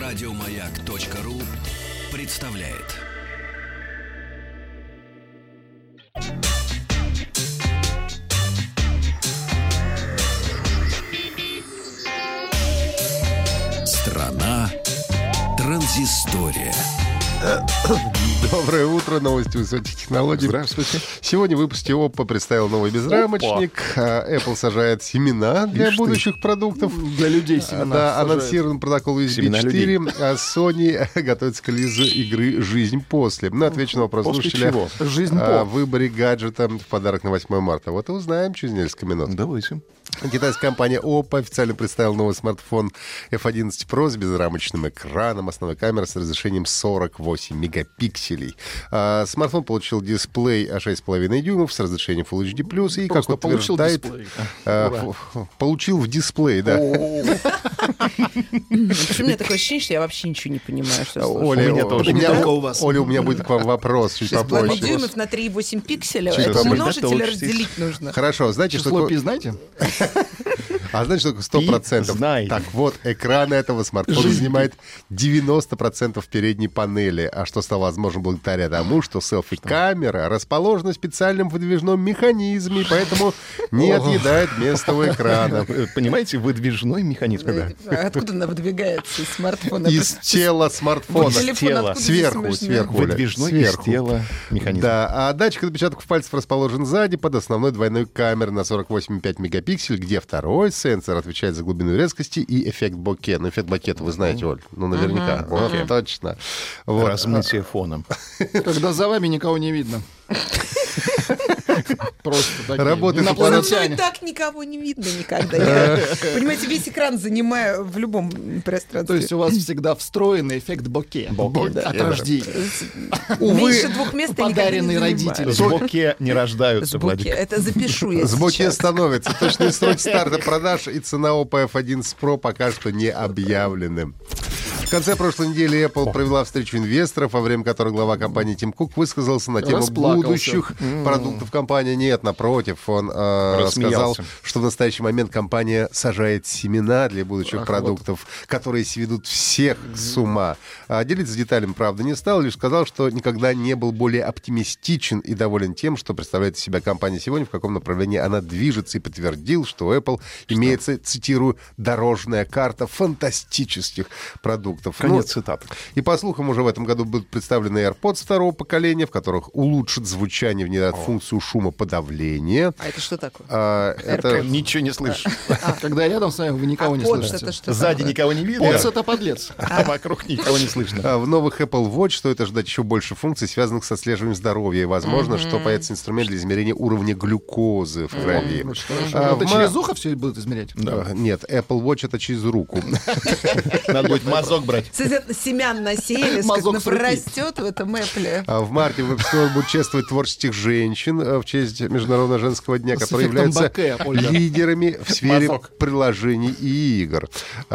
Радиомаяк.ру представляет. Страна транзистория. Доброе утро, новости высоких технологий. Здравствуйте. Сегодня в выпуске ОППО представил новый безрамочник. Apple сажает семена для будущих продуктов. Для людей семена. Да, анонсирован протокол USB 4, а Sony готовится к релизу игры «Жизнь после». Ну, отвечу на вопрос слушателя о выборе гаджета в подарок на 8 марта. Вот и узнаем через несколько минут. Давайте. Китайская компания Oppo официально представила новый смартфон F11 Pro с безрамочным экраном, основной камерой с разрешением 48 мегапикселей. Смартфон получил дисплей 6,5 дюймов с разрешением Full HD+, и, как утверждает... Получил в дисплей, да. Почему у меня такое ощущение, что я вообще ничего не понимаю, что я слушаю? Оля, у меня будет к вам вопрос чуть попозже. 6,5 дюймов на 3,8 пикселя. Это умножить или разделить нужно? Хорошо, знаете, что такое... знаете? А знаете, что такое 100%? Знай. Так вот, экран этого смартфона занимает 90% передней панели. А что стало возможно благодаря тому, что селфи-камера расположена в специальном выдвижном механизме, и поэтому не отъедает место у экрана. Понимаете, выдвижной механизм. Откуда она выдвигается из смартфона? Из тела смартфона. Сверху. Выдвижной из тела механизм. Да, а датчик отпечатков пальцев расположен сзади под основной двойной камерой на 48,5 мегапикселей, где второй сенсор отвечает за глубину резкости и эффект боке. Ну, эффект боке вы знаете, Оль. Ну, наверняка. Вот, точно. Вот. Размытие фоном. Когда за вами никого не видно. Просто такие. Работает И так никого не видно никогда. Понимаете, весь экран занимаю в любом пространстве. То есть у вас всегда встроенный эффект боке. От рождения. Меньше 2 мест я никогда не Подаренный занимаю. родителям. С боке не рождаются, Владик. Это запишу я С боке сейчас. становится. Точные сроки старта продаж и цена Oppo F11 Pro пока что не объявлены. В конце прошлой недели Apple провела встречу инвесторов, во время которой глава компании Тим Кук высказался на тему будущих продуктов компании. Нет, напротив, он рассказал, что в настоящий момент компания сажает семена для будущих продуктов, которые сведут всех с ума. Делиться деталями, правда, не стал, лишь сказал, что никогда не был более оптимистичен и доволен тем, что представляет из себя компания сегодня, в каком направлении она движется, и подтвердил, что у Apple имеется, цитирую, «дорожная карта фантастических продуктов». Конец цитаты. И по слухам, уже в этом году будут представлены AirPods второго поколения, в которых улучшат звучание, внедрят функцию шумоподавления. А это что такое? Это Ничего не слышишь. Когда рядом с вами вы никого не слышите. Сзади никого не видно, Поц — это подлец. а вокруг никого не слышно. в новых Apple Watch стоит ожидать еще больше функций, связанных с отслеживанием здоровья. И возможно, что появится инструмент для измерения уровня глюкозы в крови. Это через ухо все будут измерять? Нет, Apple Watch — это через руку. Надо будет мазок брать. Семян насеяли, Мазок с руки. прорастет в этом Apple. В марте в App Store будут чествовать творческих женщин в честь Международного женского дня, которые эффектом являются боке, Ольга. лидерами в сфере Мазок. приложений и игр.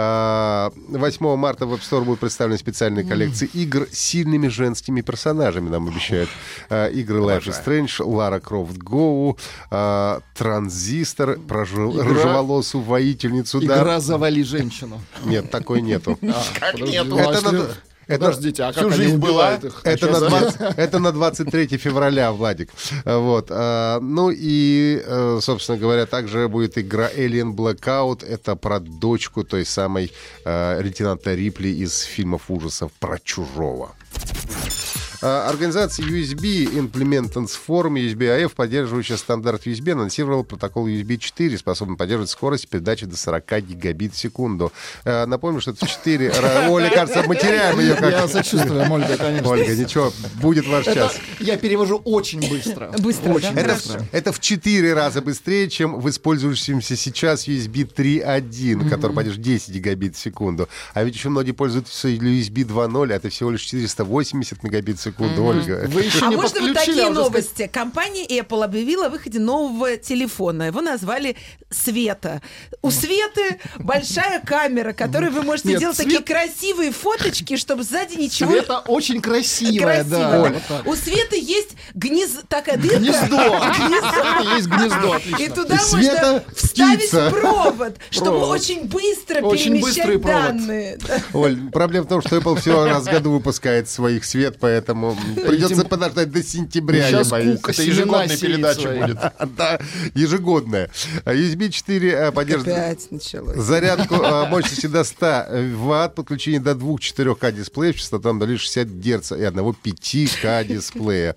8 марта в App Store будут представлены специальные коллекции игр с сильными женскими персонажами, нам обещают. Игры Life is Strange, Lara Croft Go, Транзистор, про рыжеволосую воительницу. Да. Игра «Завали женщину». Нет, такой нету. Как нету? Подождите, а как всю они жизнь убивают была? их? Это на 23 февраля, Владик. Вот. Ну и, собственно говоря, также будет игра Alien Blackout. Это про дочку той самой лейтенанта Рипли из фильмов ужасов про Чужого. Организация USB Implementance Forum USB-AF, поддерживающая стандарт USB, анонсировала протокол USB 4, способный поддерживать скорость передачи до 40 гигабит в секунду. Напомню, что это в 4... Оля, кажется, мы теряем ее как... Я сочувствую, Ольга, конечно. Ольга, ничего, будет ваш час. Я перевожу очень быстро. Быстро, Очень да? быстро. Это в 4 раза быстрее, чем в использующемся сейчас USB 3.1, который поддерживает 10 гигабит в секунду. А ведь еще многие пользуются USB 2.0, а это всего лишь 480 мегабит в секунду. секунд, Ольга. Вы еще не можно вот подключили, такие уже новости? Компания Apple объявила о выходе нового телефона. Его назвали Света. У Светы большая камера, которой вы можете Нет, делать такие красивые фоточки, чтобы сзади ничего... Света очень красивая, да. Красиво, Вот да. так. У Светы есть такая дырка. Гнездо. Есть гнездо, И отлично. туда И Света можно вставить птица. провод, чтобы Провод. очень быстро Очень быстрый перемещать провод. данные. Оль, проблема в том, что Apple всего раз в году выпускает своих свет, поэтому придется подождать до сентября, я Сейчас боюсь. кука Это семена ежегодная сеет передача свои. будет. Да, ежегодная. USB 4 поддерживает Опять началось. зарядку мощностью до 100 Вт, подключение до 2 4К дисплеев, частота до 60 Гц и одного 5К дисплея.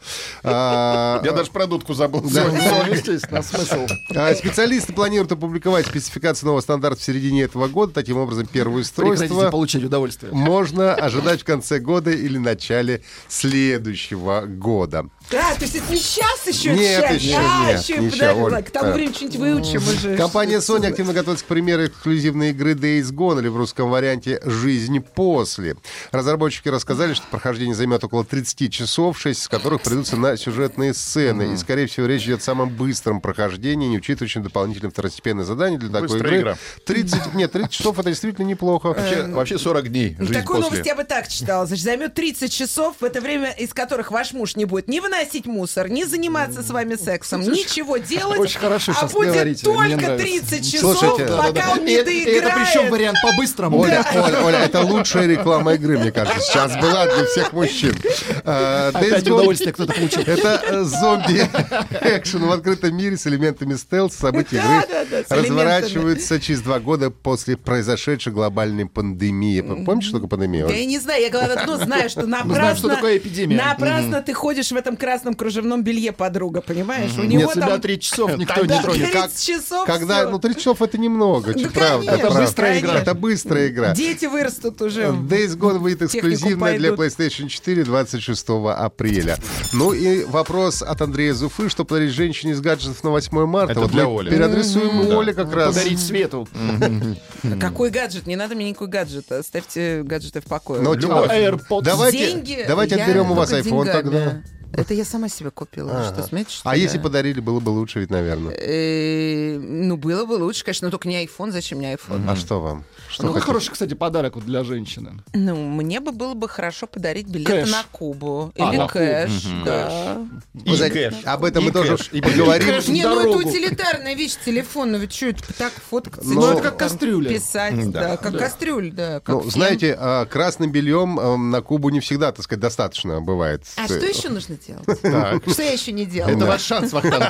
Я даже про дудку забыл. Да. Сегодня. Естественно, смысл. Специалисты планируют опубликовать спецификацию нового стандарта в середине этого года. Таким образом, первое Прекратите устройство получать удовольствие. можно ожидать в конце года или начале следующего года. То есть это не сейчас еще Нет, часть? еще нет, Еще не и ща, подожди, Оль. ладно, к тому времени что-нибудь выучим уже. Компания Sony активно готовится к премьере эксклюзивной игры Days Gone, или в русском варианте «Жизнь после». Разработчики рассказали, что прохождение займет около 30 часов, 6 из которых придутся на сюжетные сцены. И, скорее всего, речь идет о самом быстром прохождении, не учитывающем дополнительные второстепенные задания для такой Быстрая игры. игра. 30 часов — это действительно неплохо. Вообще 40 дней. Жизнь Такую новость после. я бы так читала. Значит, займет 30 часов, в это время из которых ваш муж не будет ни выносить мусор, ни заниматься с вами сексом, ничего делать. Очень хорошо а сейчас будет говорите, мне только нравится. 30 часов, Слушайте, пока он не Это причем доиграет. вариант по-быстрому. Оля, это лучшая реклама игры, мне кажется, сейчас была для всех мужчин. Days Опять Gone удовольствие кто-то получил. это зомби-экшен в открытом мире с элементами стелс. События Да, игры да, с разворачиваются через 2 года после произошедшей глобальной пандемии. Помните, что такое пандемия? Да я не знаю, я главное одно знаю, что знаем, что такое эпидемия. напрасно ты ходишь в этом красном кружевном белье, подруга, понимаешь? У него Нет, себя там 30 часов никто не да, тронет. 30 часов Когда, всё. 30 часов это немного, Да, правда. конечно, правда. быстрая игра. Это быстрая игра. Дети вырастут уже. Days Gone выйдет технику эксклюзивно для пойдут. PlayStation 4 26 апреля. Ну и вопрос от Андрея Зуфы, что подарить женщине из гаджетов на 8 марта. Это Вот для мы Оли. переадресуем Оле как раз. Подарить Свету. Какой гаджет? Не надо мне никакой гаджет. Оставьте гаджеты в покое. Ну, Любовь. AirPods. Давайте отберем у вас только iPhone деньгами. тогда. Это я сама себе купила. Что, смеете, что А ли? если подарили, было бы лучше ведь, наверное. Ну, было бы лучше, конечно, но только не iPhone. Зачем мне iPhone? А что вам? Что Ну, хотите? хороший, кстати, подарок вот для женщины. Ну, мне бы было бы хорошо подарить билеты Кэш. на Кубу. А, Или на кэш. Да. И кэш. Об этом И мы тоже кэш, и поговорим. кэш. Не, ну это Дорогу. утилитарная вещь, телефон. Ну, ведь что это так фоткаться? Ну, это как кастрюля. Писать, да, как кастрюль, да. как Ну, фен. знаете, красным бельем на Кубу не всегда, так сказать, достаточно бывает. А что еще нужно делать? Так. Что я еще не делала? Это ваш шанс, Вахтанг.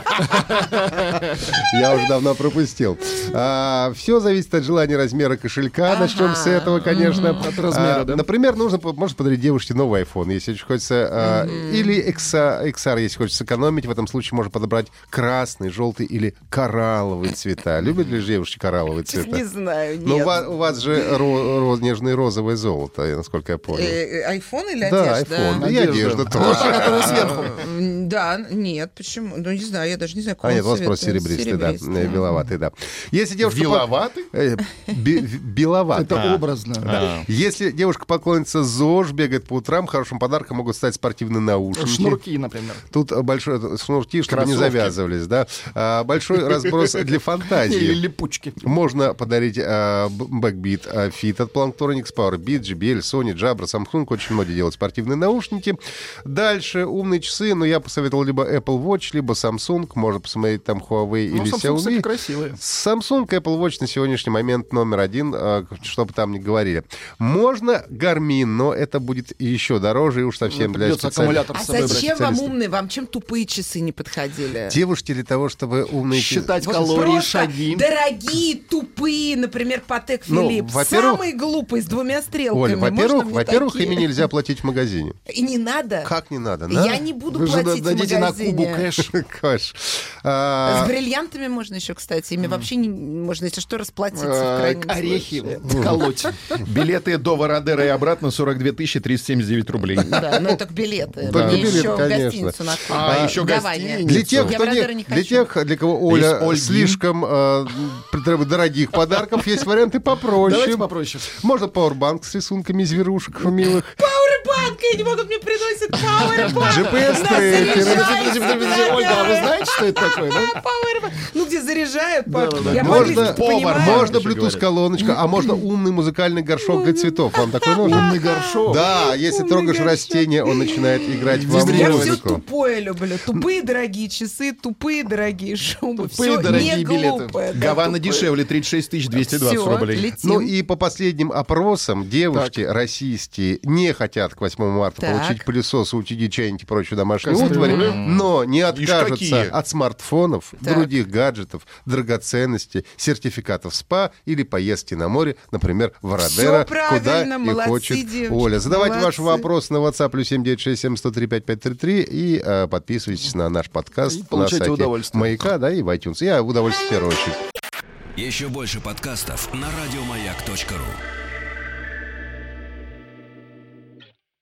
Я уже давно пропустил. Все зависит от желания размера кошелька. Начнем с этого, конечно. От размера, да. Например, можно подарить девушке новый iPhone, если очень хочется. Или XR, если хочется сэкономить. В этом случае можно подобрать красный, желтый или коралловый цвета. Любят ли девушки коралловые Не цвета? знаю, Ну, нет. у вас же нежное розовое золото, насколько я понял. Айфон или Да, одежда? iPhone. И одежда тоже. Которая сверху. Да, нет, почему? Ну, не знаю, я даже не знаю, какого А нет, у вас цвета. просто серебристый, да, Серебристый. беловатый, да. Если девушка... Виловатый? Беловатый. Это образно. Да. Если девушка поклонница ЗОЖ, бегает по утрам, хорошим подарком могут стать спортивные наушники. Шнурки, например. Тут большой шнурки, чтобы не Кроссовки. завязывались, да. Большой разброс для Или фантазии. липучки. Можно подарить Backbeat Fit от Plantronics, Powerbeat, JBL, Sony, Jabra, Samsung. Очень многие делают спортивные наушники. Дальше умные часы. Но я посоветовал либо Apple Watch, либо Samsung. Можно посмотреть там Huawei Ну, или Samsung, кстати, Xiaomi. красивые. Samsung и Apple Watch на сегодняшний момент номер один, что бы там ни говорили. Можно Garmin, но это будет еще дороже и уж совсем для Придется специальных. аккумулятор А с собой брать. зачем вам специалистов. умные? Вам чем тупые часы не подходили? Девушки для того, чтобы умные... Считать Вот калории, просто шаги. дорогие, тупые, например, Patek Ну, Philippe. во-первых- Самые глупые, с 2 стрелками. Оля, Можно мне во-первых, такие? ими нельзя платить в магазине. И не надо. Как не надо? Я не буду Вы же платить в дадите на магазине. Кубу кэш. Кэш. С бриллиантами можно еще, кстати. Ими вообще не можно, если что, расплатиться в крайнем Орехи случае. колоть. Билеты до Вородера и обратно 42 379 рублей. Да, ну это билеты. Только Мне билеты, еще в конечно. гостиницу на Кубу. А, еще Давай, гостиницу. нет. Для тех, Я кто в Родера не для хочу. тех, для кого Есть Оля Ольги. слишком требует дорогих подарков, есть варианты попроще. Давайте попроще. Можно пауэрбанк с рисунками зверушек милых. Пауэрбанк, и не могут мне приносят Пауэрбанк. GPS-трекеры. Ольга, а вы знаете, что это такое, да? Пауэрбанк. Ну, где заряжают, Да-да-да. я Можно, по-английски понимаю. можно Bluetooth-колоночка, а можно умный музыкальный горшок для цветов. Вам такой нужен? Умный горшок. Да, если Умный трогаешь горшок. растение, он начинает играть вам Я все музыку. тупое люблю. Тупые дорогие часы, тупые дорогие шубы. Тупые Все дорогие не билеты. глупое. да, Гавана тупое. дешевле 36 220 Всё, рублей. летим. Ну и по последним опросам девушки российские не хотят к 8 марта Так. получить пылесосы, утюги, чайники и прочую домашнюю Кастрюли. утварь, но не Ишь, откажутся какие. от смартфонов, Так. других гаджетов, драгоценностей, сертификатов СПА или поездки на море, например, в Родеро, Всё правильно, куда и молодцы, хочет девочки, Оля. Задавайте молодцы. ваши вопросы на WhatsApp +7 967 103 5533 и подписывайтесь на наш подкаст И на получайте сайте удовольствие. Маяка, да, и в iTunes. Я удовольствие в первую очередь. Еще больше подкастов на радиомаяк.ру.